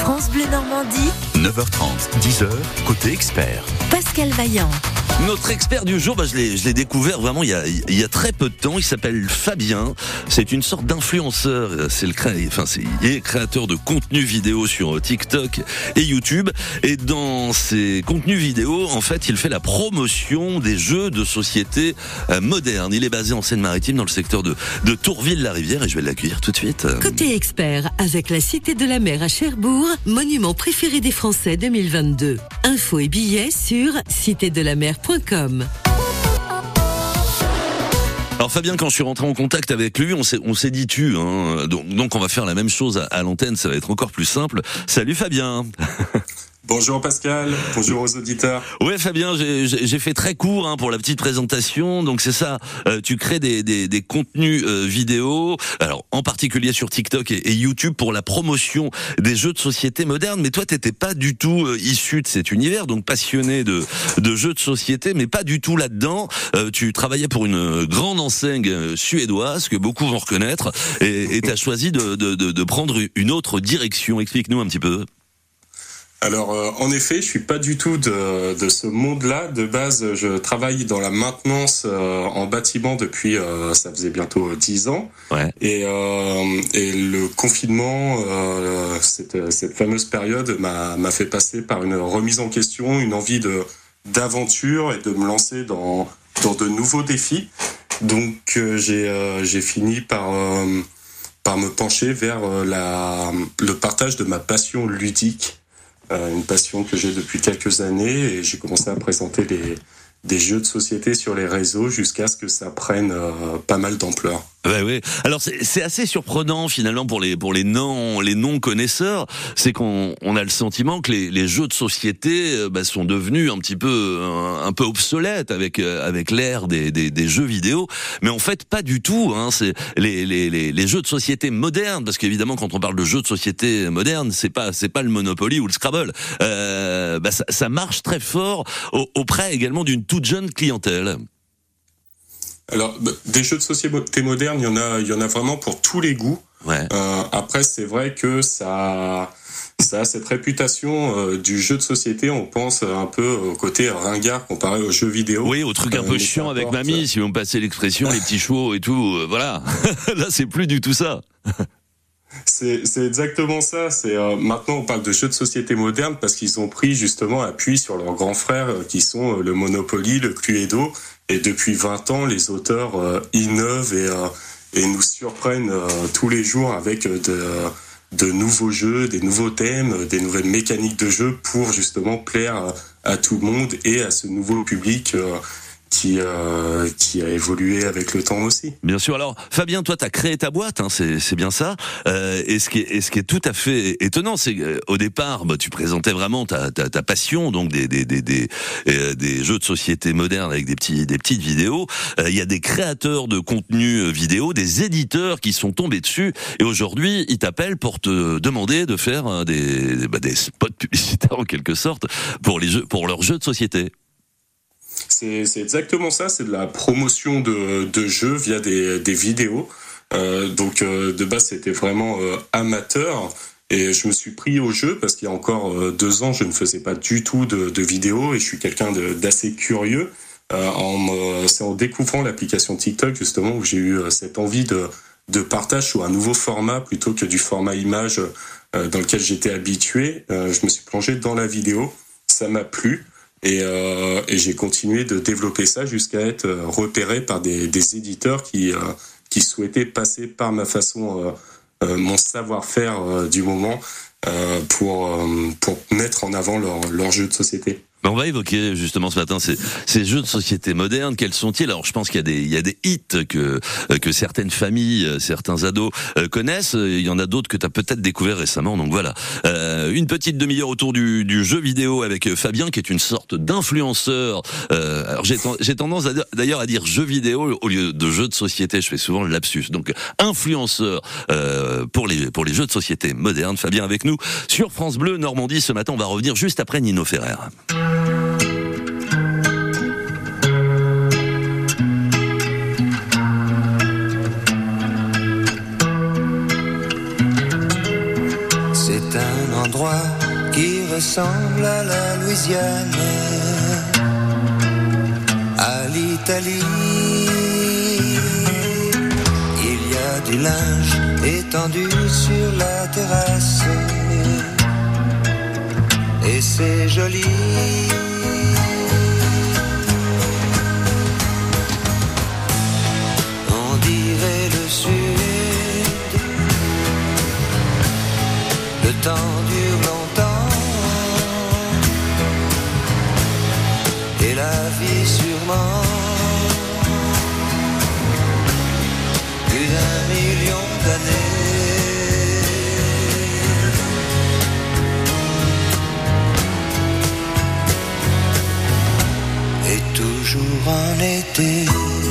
France Bleu Normandie, 9h30, 10h, côté expert. Pascal Vaillant. Notre expert du jour, je l'ai découvert vraiment il y a très peu de temps. Il s'appelle Fabien. C'est une sorte d'influenceur. Il est créateur de contenus vidéo sur TikTok et YouTube. Et dans ses contenus vidéo, en fait, il fait la promotion des jeux de société modernes. Il est basé en Seine-Maritime, dans le secteur de Tourville-la-Rivière, et je vais l'accueillir tout de suite. Côté expert, avec la Cité de la Mer à Cherbourg, monument préféré des Français 2022. Infos et billets sur citédelamer.com. Alors Fabien, quand je suis rentré en contact avec lui, on s'est dit tu, hein. Donc on va faire la même chose à l'antenne, ça va être encore plus simple. Salut Fabien. Bonjour Pascal, bonjour aux auditeurs. Ouais Fabien, j'ai fait très court pour la petite présentation. Donc c'est ça, tu crées des contenus vidéo, alors en particulier sur TikTok et YouTube pour la promotion des jeux de société modernes. Mais toi t'étais pas du tout issu de cet univers, donc passionné de jeux de société, mais pas du tout là-dedans. Tu travaillais pour une grande enseigne suédoise que beaucoup vont reconnaître, et t'as choisi de prendre une autre direction. Explique-nous un petit peu. Alors, en effet, je suis pas du tout de ce monde-là. De base, je travaille dans la maintenance en bâtiment depuis, ça faisait bientôt 10 ans. Ouais. Et le confinement, cette fameuse période m'a fait passer par une remise en question, une envie d'aventure et de me lancer dans de nouveaux défis. Donc, j'ai fini par me pencher vers le partage de ma passion ludique. Une passion que j'ai depuis quelques années, et j'ai commencé à présenter des jeux de société sur les réseaux jusqu'à ce que ça prenne pas mal d'ampleur. Ouais. Alors c'est assez surprenant finalement pour les non connaisseurs, c'est qu'on a le sentiment que les jeux de société sont devenus un peu obsolètes avec l'ère des jeux vidéo, mais en fait pas du tout. C'est les jeux de société modernes, parce qu'évidemment quand on parle de jeux de société modernes, c'est pas le Monopoly ou le Scrabble. Ça marche très fort auprès également d'une toute jeune clientèle. Alors, des jeux de société modernes, il y en a vraiment pour tous les goûts. Ouais. Après, c'est vrai que ça a cette réputation du jeu de société. On pense un peu au côté ringard comparé aux jeux vidéo. Oui, au truc un peu chiant avec mamie, si on me passait l'expression, les petits chevaux et tout. Voilà. Là, c'est plus du tout ça. C'est exactement ça. Maintenant on parle de jeux de société modernes parce qu'ils ont pris justement appui sur leurs grands frères qui sont le Monopoly, le Cluedo, et depuis 20 ans les auteurs innovent et nous surprennent tous les jours avec de nouveaux jeux, des nouveaux thèmes, des nouvelles mécaniques de jeu pour justement plaire à tout le monde et à ce nouveau public qui a évolué avec le temps aussi. Bien sûr. Alors, Fabien, toi, t'as créé ta boîte, c'est bien ça. Et ce qui est tout à fait étonnant, c'est qu'au départ, tu présentais vraiment ta passion, donc des jeux de société modernes avec des petites vidéos. Il y a des créateurs de contenu vidéo, des éditeurs qui sont tombés dessus, et aujourd'hui, ils t'appellent pour te demander de faire des spots publicitaires en quelque sorte pour leurs jeux de société. C'est exactement ça, c'est de la promotion de jeux via des vidéos. Donc de base c'était vraiment amateur, et je me suis pris au jeu parce qu'il y a encore 2 ans je ne faisais pas du tout de vidéos, et je suis quelqu'un d'assez curieux. C'est en découvrant l'application TikTok justement où j'ai eu cette envie de partage sur un nouveau format plutôt que du format image dans lequel j'étais habitué. Je me suis plongé dans la vidéo, ça m'a plu. Et j'ai continué de développer ça jusqu'à être repéré par des éditeurs qui souhaitaient passer par ma façon, mon savoir-faire du moment pour mettre en avant leur jeu de société. On va évoquer justement ce matin ces jeux de société modernes. Quels sont-ils? Alors je pense qu'il y a des hits que certaines familles, certains ados connaissent. Il y en a d'autres que tu as peut-être découvert récemment. Donc voilà, une petite demi-heure autour du jeu vidéo avec Fabien, qui est une sorte d'influenceur. Alors j'ai tendance d'ailleurs à dire jeu vidéo au lieu de jeu de société. Je fais souvent le lapsus. Donc influenceur pour les jeux de société modernes. Fabien avec nous sur France Bleu Normandie ce matin. On va revenir juste après Nino Ferrer. C'est un endroit qui ressemble à la Louisiane, à l'Italie. Il y a du linge étendu sur la terrasse et c'est joli. On dirait le sud, le temps dure longtemps et la vie sûrement plus d'1 million d'années. Et toujours en été.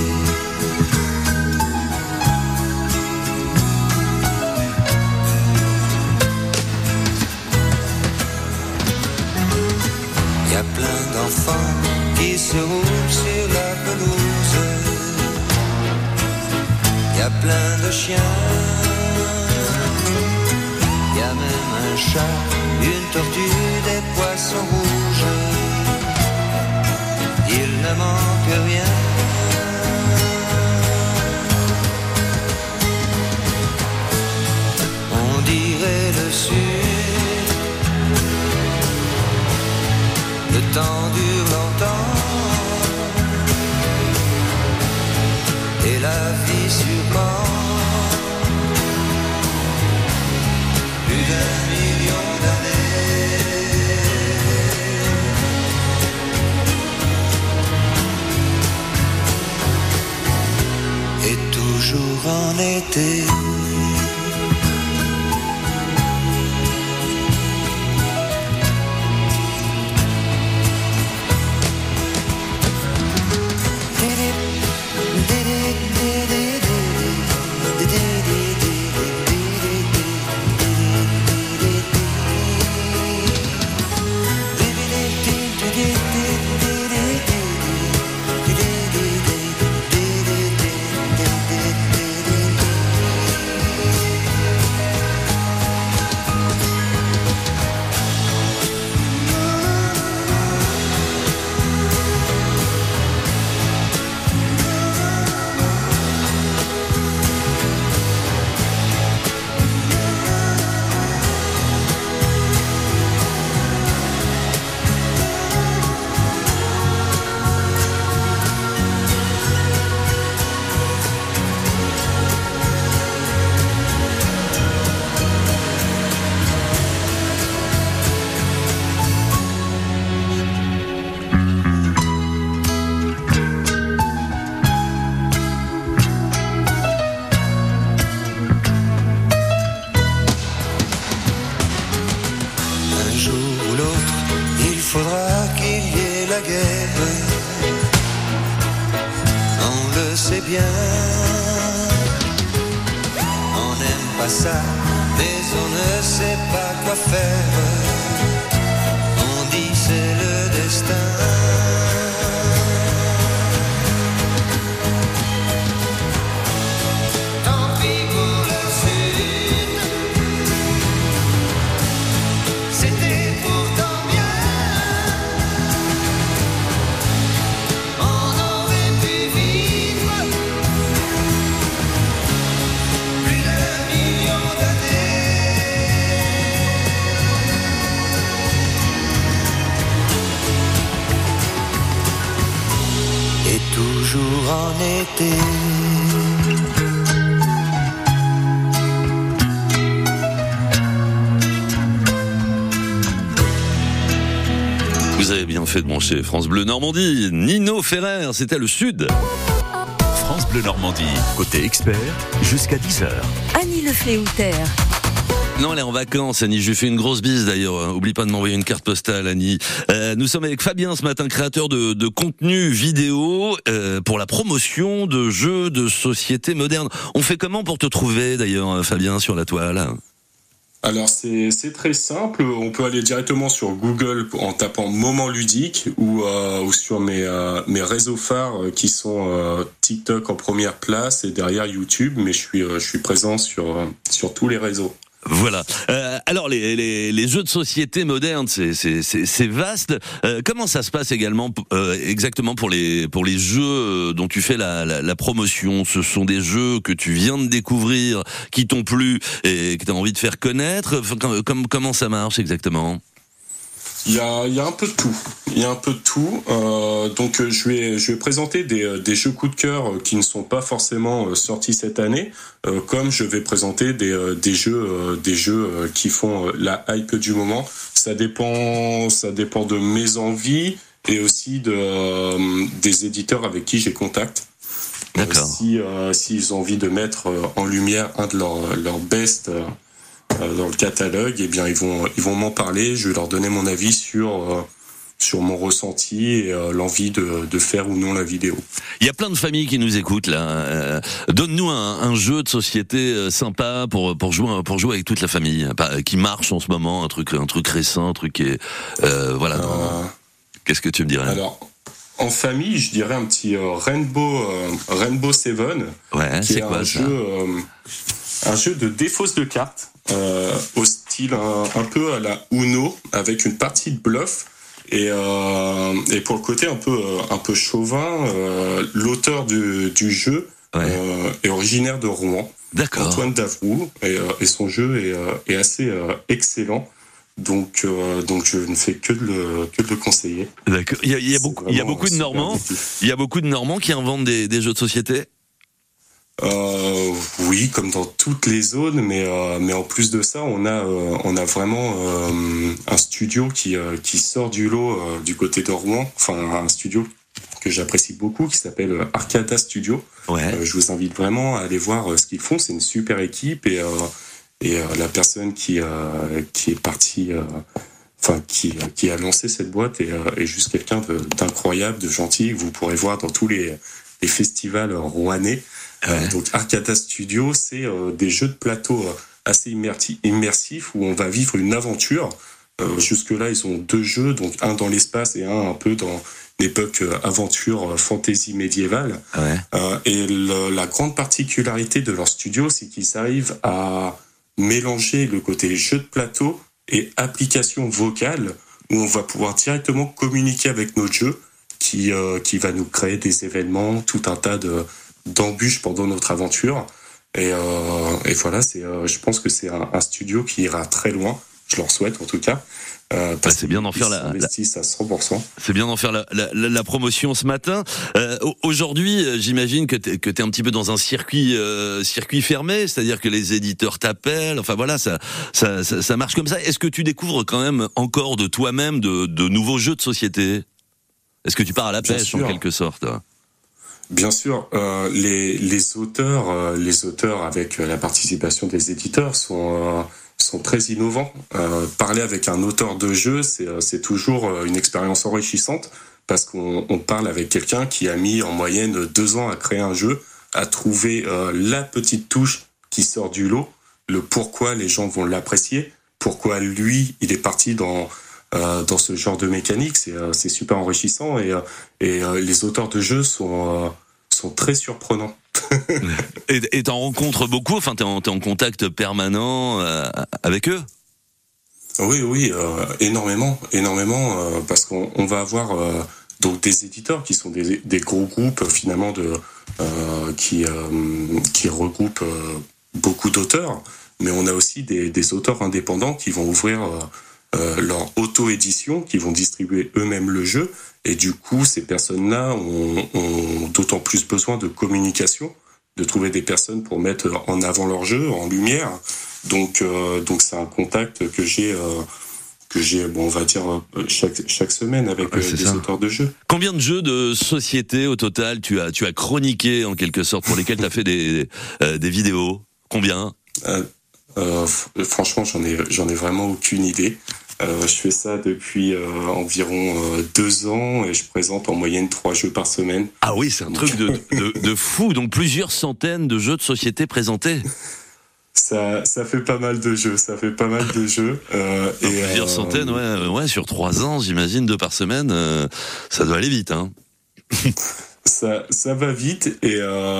Y a plein d'enfants qui se roulent sur la pelouse. Y a plein de chiens. Y a même un chat, une tortue, des poissons rouges. Il ne manque rien. On dirait le sud. Le temps dure longtemps et la vie sûrement plus d'1 million d'années. Et toujours en été. Vous avez bien fait de brancher France Bleu Normandie. Nino Ferrer, c'était le Sud. France Bleu Normandie, côté expert, jusqu'à 10h. Annie Le Fléouter. Non, elle est en vacances, Annie. Je lui fais une grosse bise d'ailleurs. Oublie pas de m'envoyer une carte postale, Annie. Nous sommes avec Fabien ce matin, créateur de contenu vidéo pour la promotion de jeux de société moderne. On fait comment pour te trouver d'ailleurs, Fabien, sur la toile ? Alors c'est très simple, on peut aller directement sur Google en tapant Moment Ludique ou sur mes réseaux phares qui sont TikTok en première place et derrière YouTube, mais je suis présent sur tous les réseaux. Voilà. Alors les jeux de société modernes, c'est vaste. Comment ça se passe également exactement pour les jeux dont tu fais la promotion? Ce sont des jeux que tu viens de découvrir, qui t'ont plu et que tu as envie de faire connaître. Comment ça marche exactement? Il y a un peu de tout. Donc je vais présenter des jeux coup de cœur qui ne sont pas forcément sortis cette année, comme je vais présenter des jeux qui font la hype du moment. Ça dépend de mes envies et aussi des éditeurs avec qui j'ai contact. D'accord. S'ils ont envie de mettre en lumière un de leurs best dans le catalogue, eh bien ils vont m'en parler, je vais leur donner mon avis sur mon ressenti et l'envie de faire ou non la vidéo. Il y a plein de familles qui nous écoutent là. Donne-nous un jeu de société sympa pour jouer avec toute la famille, qui marche en ce moment, un truc récent, un truc qui est voilà. Qu'est-ce que tu me dirais? Alors, en famille, je dirais un petit Rainbow Seven, qui est quoi, un jeu de défausse de cartes, au style un peu à la Uno, avec une partie de bluff. Et pour le côté un peu chauvin, l'auteur du jeu est originaire de Rouen. D'accord. Antoine Davroux, et son jeu est assez excellent. Donc je ne fais que de le conseiller. D'accord. Il y a beaucoup de Normands. Il y a beaucoup de Normands qui inventent des jeux de société. Oui, comme dans toutes les zones, mais en plus de ça, on a vraiment un studio qui sort du lot du côté de Rouen. Enfin, un studio que j'apprécie beaucoup, qui s'appelle Arcada Studio. Ouais. Je vous invite vraiment à aller voir ce qu'ils font. C'est une super équipe et la personne qui est partie, qui a lancé cette boîte est juste quelqu'un d'incroyable, de gentil, que vous pourrez voir dans tous les festivals rouennais. Ouais. Donc Arcada Studio, c'est des jeux de plateau assez immersifs où on va vivre une aventure. Jusque-là, ils ont 2 jeux, donc un dans l'espace et un peu dans l'époque aventure fantasy médiévale. Ouais. Et la grande particularité de leur studio, c'est qu'ils arrivent à mélanger le côté jeu de plateau et application vocale, où on va pouvoir directement communiquer avec notre jeu, qui va nous créer des événements, tout un tas d'embûches pendant notre aventure. Et voilà, je pense que c'est un studio qui ira très loin. Je leur souhaite en tout cas. Parce c'est bien d'en faire s'investissent à 100%. C'est bien d'en faire la promotion ce matin. Aujourd'hui, j'imagine que t'es un petit peu dans un circuit fermé, c'est-à-dire que les éditeurs t'appellent. Enfin voilà, ça marche comme ça. Est-ce que tu découvres quand même encore de toi-même de nouveaux jeux de société? Est-ce que tu pars à la pêche en quelque sorte? Bien sûr, les auteurs avec la participation des éditeurs sont très innovants. Parler avec un auteur de jeu, c'est toujours une expérience enrichissante parce qu'on parle avec quelqu'un qui a mis en moyenne 2 ans à créer un jeu, à trouver la petite touche qui sort du lot, le pourquoi les gens vont l'apprécier, pourquoi lui, il est parti dans ce genre de mécanique. C'est super enrichissant et les auteurs de jeux sont très surprenants. Et t'en rencontres beaucoup, enfin t'es en contact permanent avec eux? Oui, énormément, parce qu'on va avoir donc des éditeurs qui sont des gros groupes finalement qui regroupent beaucoup d'auteurs, mais on a aussi des auteurs indépendants qui vont ouvrir leur auto-édition, qui vont distribuer eux-mêmes le jeu, et du coup ces personnes-là ont d'autant plus besoin de communication, de trouver des personnes pour mettre en avant leur jeu, en lumière. Donc c'est un contact que j'ai on va dire chaque semaine avec des auteurs de jeux. Combien de jeux de société au total tu as chroniqué en quelque sorte, pour lesquels tu as fait des vidéos? Combien? Franchement, j'en ai vraiment aucune idée. Je fais ça depuis environ 2 ans et je présente en moyenne 3 jeux par semaine. Ah oui, c'est un truc de fou. Donc plusieurs centaines de jeux de société présentés. Ça fait pas mal de jeux. Plusieurs centaines, ouais, sur 3 ans, j'imagine, 2 par semaine. Ça doit aller vite, hein. Ça va vite et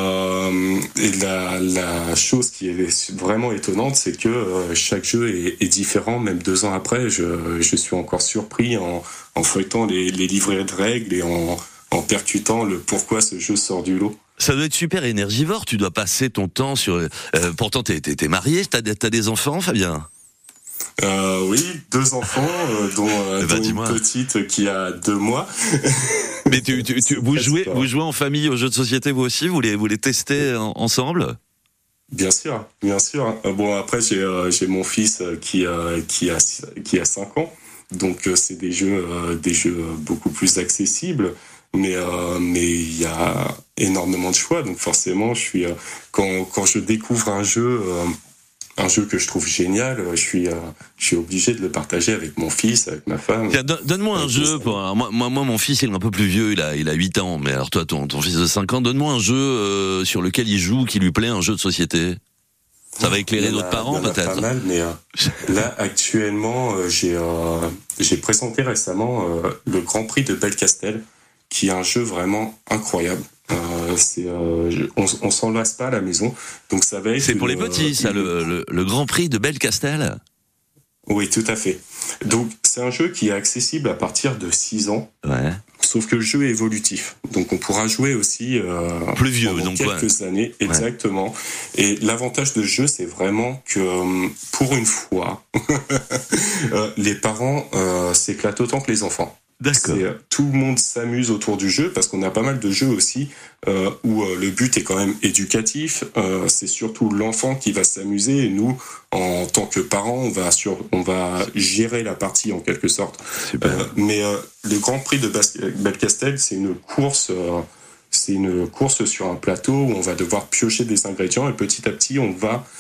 la chose qui est vraiment étonnante, c'est que chaque jeu est différent. Même 2 ans après, je suis encore surpris en feuilletant les livrets de règles et en percutant le pourquoi ce jeu sort du lot. Ça doit être super énergivore. Tu dois passer ton temps sur. Pourtant, t'es marié, t'as des enfants, Fabien? Oui, 2 enfants, dont une petite qui a 2 mois. Mais vous jouez en famille aux jeux de société, vous aussi? Vous les testez ensemble? Bien sûr. Bon, après j'ai mon fils qui a 5 ans, donc c'est des jeux beaucoup plus accessibles. Mais il y a énormément de choix, donc forcément, quand je découvre un jeu que je trouve génial, je suis obligé de le partager avec mon fils, avec ma femme. Tiens, donne-moi un jeu. Moi, mon fils, il est un peu plus vieux, il a 8 ans. Mais alors toi, ton fils de 5 ans, donne-moi un jeu sur lequel il joue, qui lui plaît, un jeu de société. Ça va éclairer d'autres parents, peut-être. Pas mal, mais là, actuellement, j'ai présenté récemment le Grand Prix de Belcastel, qui est un jeu vraiment incroyable. On s'en lasse pas à la maison, donc ça va être. C'est pour les petits, ça, le Grand Prix de Belcastel. Oui, tout à fait. Donc c'est un jeu qui est accessible à partir de 6 ans. Ouais. Sauf que le jeu est évolutif, donc on pourra jouer aussi plus vieux, pendant donc quelques années, exactement. Ouais. Et l'avantage de ce jeu, c'est vraiment que pour une fois, les parents s'éclatent autant que les enfants. D'accord. Tout le monde s'amuse autour du jeu parce qu'on a pas mal de jeux aussi où le but est quand même éducatif. C'est surtout l'enfant qui va s'amuser et nous, en tant que parents, on va gérer la partie en quelque sorte. Mais le Grand Prix de Belcastel, c'est une course sur un plateau où on va devoir piocher des ingrédients et petit à petit on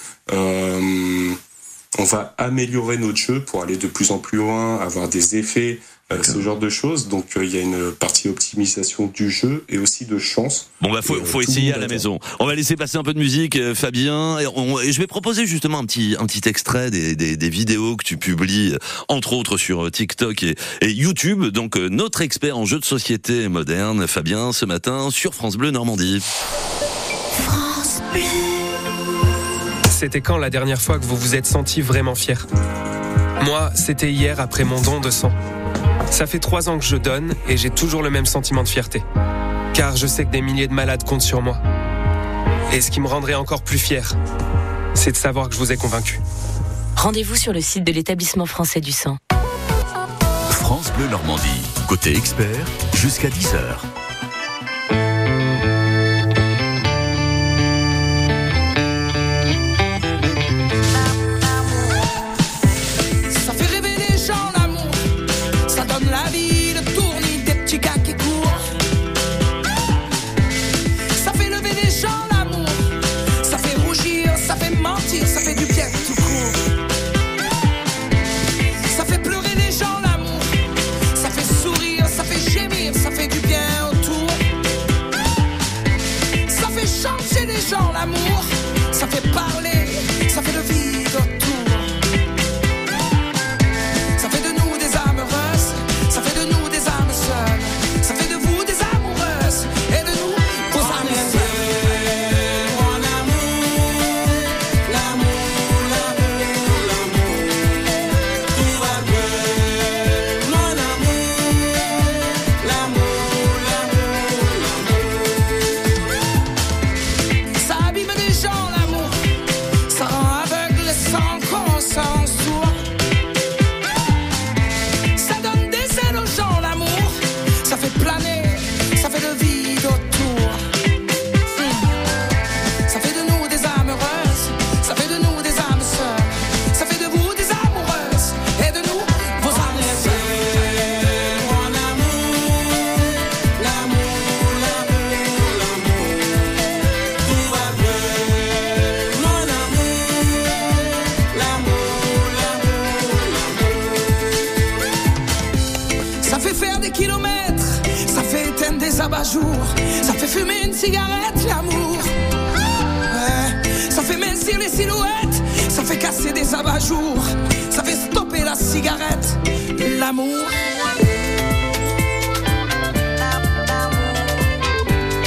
va améliorer notre jeu pour aller de plus en plus loin, avoir des effets, ce genre de choses. Donc il y a une partie optimisation du jeu et aussi de chance. Bon faut essayer à la maison. On va laisser passer un peu de musique, Fabien, et je vais proposer justement un petit extrait des vidéos que tu publies entre autres sur TikTok et YouTube. Donc notre expert en jeux de société moderne, Fabien, ce matin sur France Bleu Normandie. France Bleu. C'était quand la dernière fois que vous vous êtes senti vraiment fier? Moi, c'était hier après mon don de sang. Ça fait 3 ans que je donne et j'ai toujours le même sentiment de fierté. Car je sais que des milliers de malades comptent sur moi. Et ce qui me rendrait encore plus fier, c'est de savoir que je vous ai convaincu. Rendez-vous sur le site de l'établissement français du sang. France Bleu Normandie. Côté expert, jusqu'à 10h. Ça fait fumer une cigarette, l'amour. Ouais. Ça fait mincir les silhouettes. Ça fait casser des abat-jours. Ça fait stopper la cigarette, l'amour.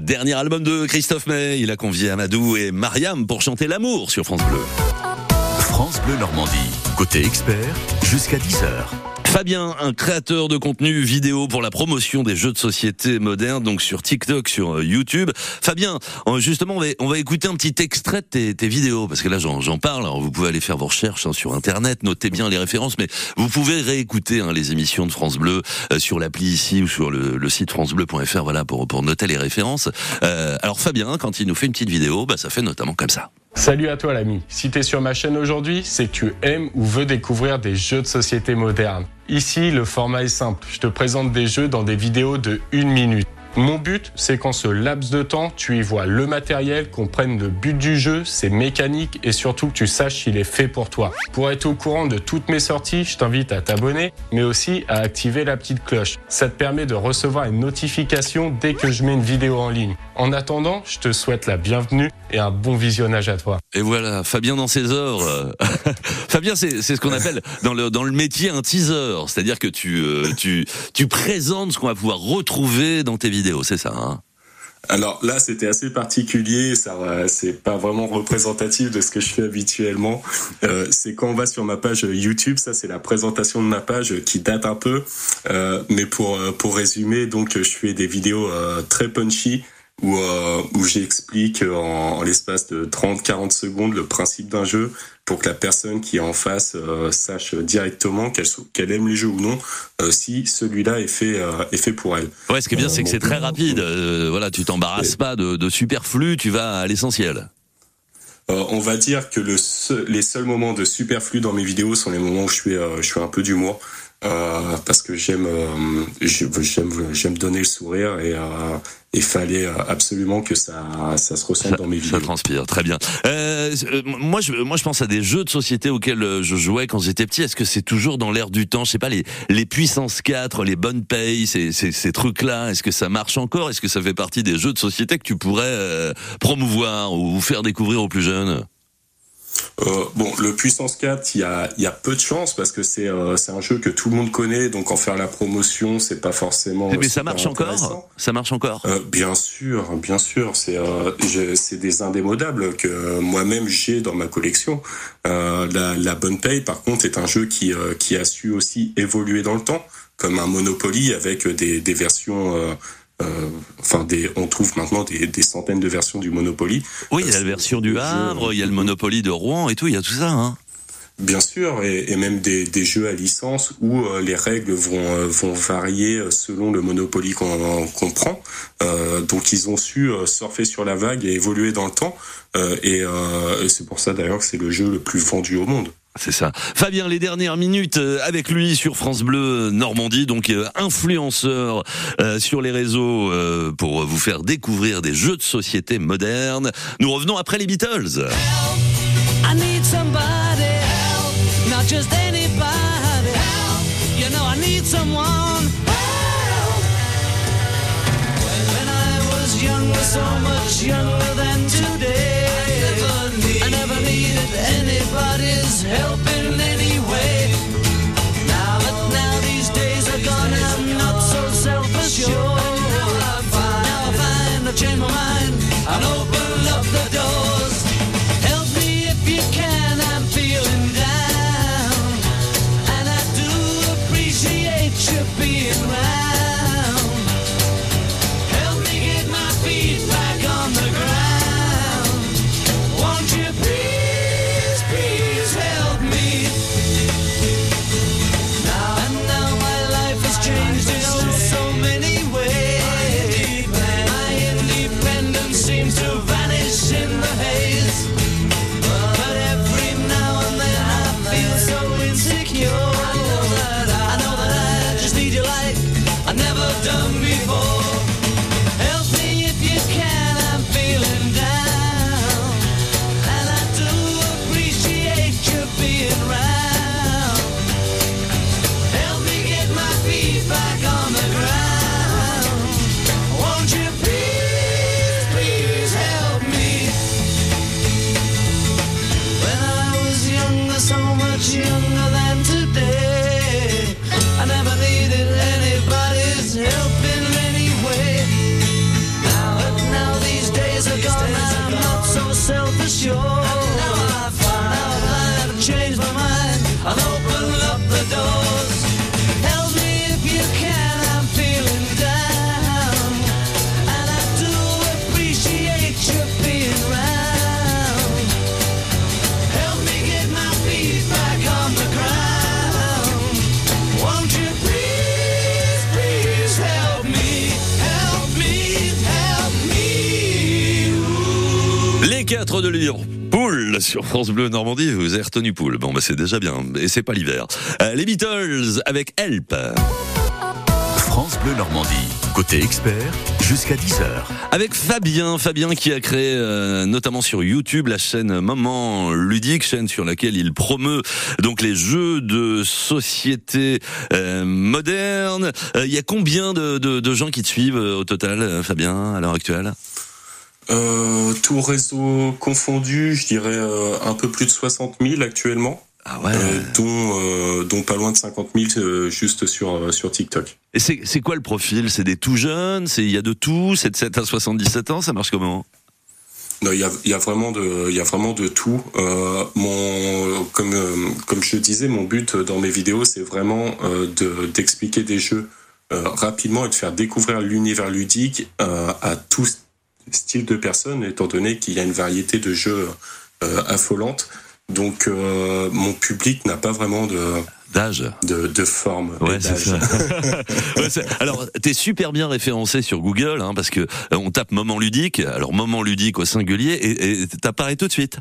dernier album de Christophe May. Il a convié Amadou et Mariam pour chanter l'amour sur France Bleu. France Bleu Normandie. Côté expert, jusqu'à 10h. Fabien, un créateur de contenu vidéo pour la promotion des jeux de société modernes, donc sur TikTok, sur YouTube. Fabien, justement, on va écouter un petit extrait de tes vidéos, parce que là, j'en parle. Alors, vous pouvez aller faire vos recherches sur Internet, notez bien les références, mais vous pouvez réécouter les émissions de France Bleu sur l'appli ici ou sur le site francebleu.fr, voilà, pour noter les références. Alors, Fabien, quand il nous fait une petite vidéo, ça fait notamment comme ça. Salut à toi l'ami, si t'es sur ma chaîne aujourd'hui, c'est que tu aimes ou veux découvrir des jeux de société modernes. Ici, le format est simple, je te présente des jeux dans des vidéos de 1 minute. Mon but, c'est qu'en ce laps de temps, tu y vois le matériel, comprennes le but du jeu, ses mécaniques et surtout que tu saches s'il est fait pour toi. Pour être au courant de toutes mes sorties, je t'invite à t'abonner, mais aussi à activer la petite cloche. Ça te permet de recevoir une notification dès que je mets une vidéo en ligne. En attendant, je te souhaite la bienvenue et un bon visionnage à toi. Et voilà, Fabien dans ses heures. Fabien, c'est ce qu'on appelle dans le métier un teaser, c'est-à-dire que tu présentes ce qu'on va pouvoir retrouver dans tes vidéos, c'est ça, hein? Alors là, c'était assez particulier, ça c'est pas vraiment représentatif de ce que je fais habituellement. C'est quand on va sur ma page YouTube, ça c'est la présentation de ma page qui date un peu, mais pour résumer, donc je fais des vidéos très punchy où j'explique en l'espace de 30-40 secondes le principe d'un jeu pour que la personne qui est en face sache directement qu'elle aime les jeux ou non, si celui-là est fait pour elle. Ouais, ce qui est bien, c'est que c'est très rapide. Voilà, tu t'embarrasses pas de superflu, tu vas à l'essentiel. On va dire que les seuls moments de superflu dans mes vidéos sont les moments où je fais un peu d'humour. Parce que j'aime donner le sourire et il fallait absolument que ça se ressente dans mes vidéos. Ça transpire, très bien. Moi je pense à des jeux de société auxquels je jouais quand j'étais petit. Est-ce que c'est toujours dans l'air du temps? Je sais pas, les puissance 4, les bonnes payes, ces trucs-là, est-ce que ça marche encore? Est-ce que ça fait partie des jeux de société que tu pourrais promouvoir ou faire découvrir aux plus jeunes? Le Puissance 4, il y a peu de chance parce que c'est un jeu que tout le monde connaît, donc en faire la promotion, c'est pas forcément. Mais ça marche encore? Ça marche encore? Bien sûr, c'est des indémodables que moi-même j'ai dans ma collection. La bonne paye, par contre, est un jeu qui a su aussi évoluer dans le temps, comme un Monopoly avec des versions. On trouve maintenant des centaines de versions du Monopoly. Oui, il y a la version du Havre, il y a le Monopoly de Rouen et tout, il y a tout ça, hein. Bien sûr, et même des jeux à licence où les règles vont varier selon le Monopoly qu'on prend. Donc ils ont su surfer sur la vague et évoluer dans le temps. Et c'est pour ça d'ailleurs que c'est le jeu le plus vendu au monde. C'est ça. Fabien, les dernières minutes avec lui sur France Bleu Normandie, donc influenceur sur les réseaux pour vous faire découvrir des jeux de société modernes. Nous revenons après les Beatles. I need somebody help, not just anybody help. You know I need someone help. When I was younger, so much younger than today, I never needed anybody's help in any way. Now these days are gone, I'm not so self-assured. Now I find I've changed my mind and opened up the doors. Help me if you can, I'm feeling down, and I do appreciate you being round. Help me get my feet back on the ground. Won't you please help me? Now my life has changed in so many ways. My independence seems to vanish in the haze. But every now and then I feel so insecure. I know that I just need you like I've never done before. Help me if you can, I'm feeling down, and I do appreciate you being round. Help me get my feet back on the ground. Won't you please help me? When I was younger, so much younger than today, I never needed anybody's help in any sure. And now I find I've changed my mind. I'll open up the doors. Help me if you can, I'm feeling down. And I do appreciate you being round. Help me get my feet back on the ground. Won't you please, please help me, help me, help me. Ooh. Les 4 de lire. Poule sur France Bleu Normandie, vous avez retenu Poule. Bon, bah c'est déjà bien, et c'est pas l'hiver. Les Beatles avec Help. France Bleu Normandie, côté expert, jusqu'à 10h. Avec Fabien qui a créé notamment sur YouTube la chaîne Moment Ludique, chaîne sur laquelle il promeut donc les jeux de société modernes. Il y a combien de gens qui te suivent au total, Fabien, à l'heure actuelle ? Tout réseau confondu, je dirais un peu plus de 60 000 actuellement. Ah ouais. Dont pas loin de 50 000 juste sur TikTok. Et c'est quoi le profil ? C'est des tout jeunes ? Il y a de tout ? C'est de 7 à 77 ans ? Ça marche comment ? Non, il y a vraiment de tout. Comme je le disais, mon but dans mes vidéos, c'est vraiment d'expliquer des jeux rapidement et de faire découvrir l'univers ludique à tous style de personnes, étant donné qu'il y a une variété de jeux affolante. Donc mon public n'a pas vraiment d'âge, de forme. Ouais, c'est ça. Ouais, alors, t'es super bien référencé sur Google, hein, parce que on tape Moment Ludique. Alors Moment Ludique au singulier et t'apparais tout de suite.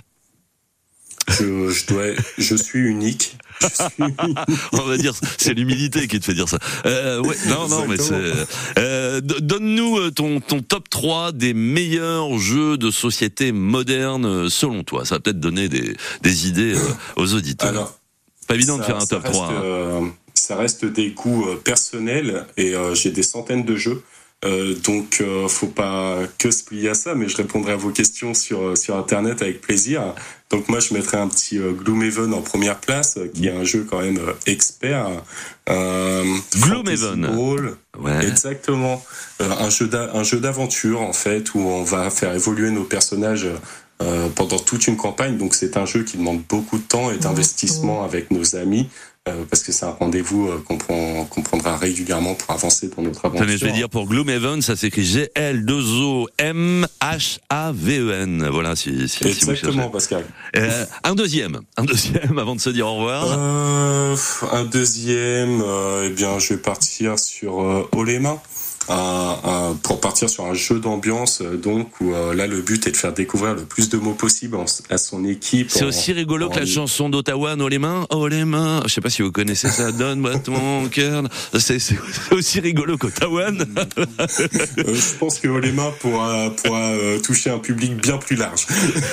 Je suis unique. On va dire, c'est l'humilité qui te fait dire ça. Ouais, non, mais c'est. Donne-nous ton top 3 des meilleurs jeux de société moderne selon toi. Ça va peut-être donner des idées aux auditeurs. Alors, pas évident de faire un top 3. Ça reste des goûts personnels et j'ai des centaines de jeux. Donc faut pas que se plier à ça, mais je répondrai à vos questions sur internet avec plaisir. Donc moi je mettrais un petit Gloomhaven en première place, qui est un jeu quand même expert. Gloomhaven. Ouais. Exactement. Un jeu d'aventure en fait, où on va faire évoluer nos personnages pendant toute une campagne. Donc c'est un jeu qui demande beaucoup de temps et d'investissement avec nos amis. Parce que c'est un rendez-vous qu'on prendra régulièrement pour avancer dans notre aventure. Je vais dire pour Gloomhaven, ça s'écrit Glomhaven. Voilà, si exactement, vous Pascal. Un deuxième, avant de se dire au revoir. Un deuxième, eh bien, je vais partir sur Olema. Pour partir sur un jeu d'ambiance, donc où là le but est de faire découvrir le plus de mots possible à son équipe. C'est aussi rigolo que la chanson d'Ottawa, Oh les mains. Je sais pas si vous connaissez ça. Donne-moi ton cœur. C'est aussi rigolo qu'Ottawa. Je pense que Olema pourra toucher un public bien plus large.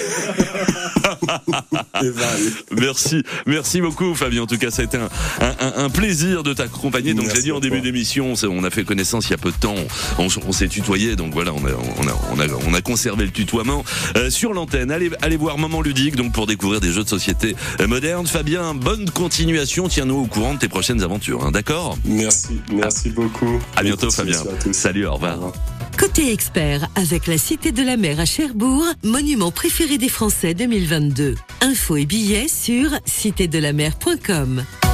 Merci beaucoup, Fabien. En tout cas, ça a été un plaisir de t'accompagner. Donc, j'ai dit en début d'émission, on a fait connaissance il y a peu de temps. On s'est tutoyé, donc voilà, on a conservé le tutoiement sur l'antenne. Allez voir Moment Ludique, donc pour découvrir des jeux de société modernes. Fabien, bonne continuation. Tiens-nous au courant de tes prochaines aventures, hein, d'accord ? Merci beaucoup. À bientôt, Fabien. Salut, au revoir. Côté expert, avec la Cité de la Mer à Cherbourg, monument préféré des Français 2022. Infos et billets sur citédelamer.com.